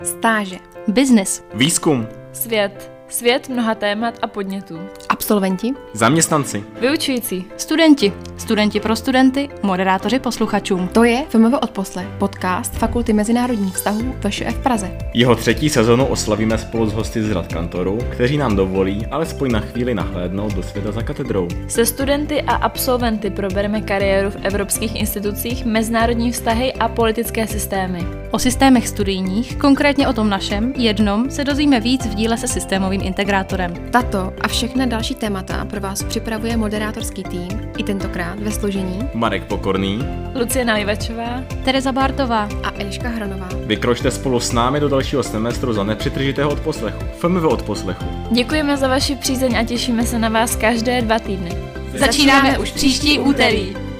Stáže. Biznis. Výzkum. Svět. Svět mnoha témat a podnětů. Absolventi. Zaměstnanci. Vyučující. Studenti. Studenti pro studenty. Moderátoři posluchačům. To je FMV Odposlech, podcast Fakulty mezinárodních vztahů VŠE v Praze. Jeho 3. sezonu oslavíme spolu s hosty z rad kantoru, kteří nám dovolí alespoň na chvíli nahlédnout do světa za katedrou. Se studenty a absolventy probereme kariéru v evropských institucích, mezinárodní vztahy a politické systémy. O systémech studijních, konkrétně o tom našem, jednom, se dozvíme víc v díle se systémovým integrátorem. Tato a všechna další témata pro vás připravuje moderátorský tým, i tentokrát ve složení Marek Pokorný, Lucie Nalivačová, Tereza Bártová a Eliška Hronová. Vykročte spolu s námi do dalšího semestru za nepřetržitého odposlechu. FMV Odposlechu. Děkujeme za vaši přízeň a těšíme se na vás každé 2 týdny. Začínáme už příští úterý.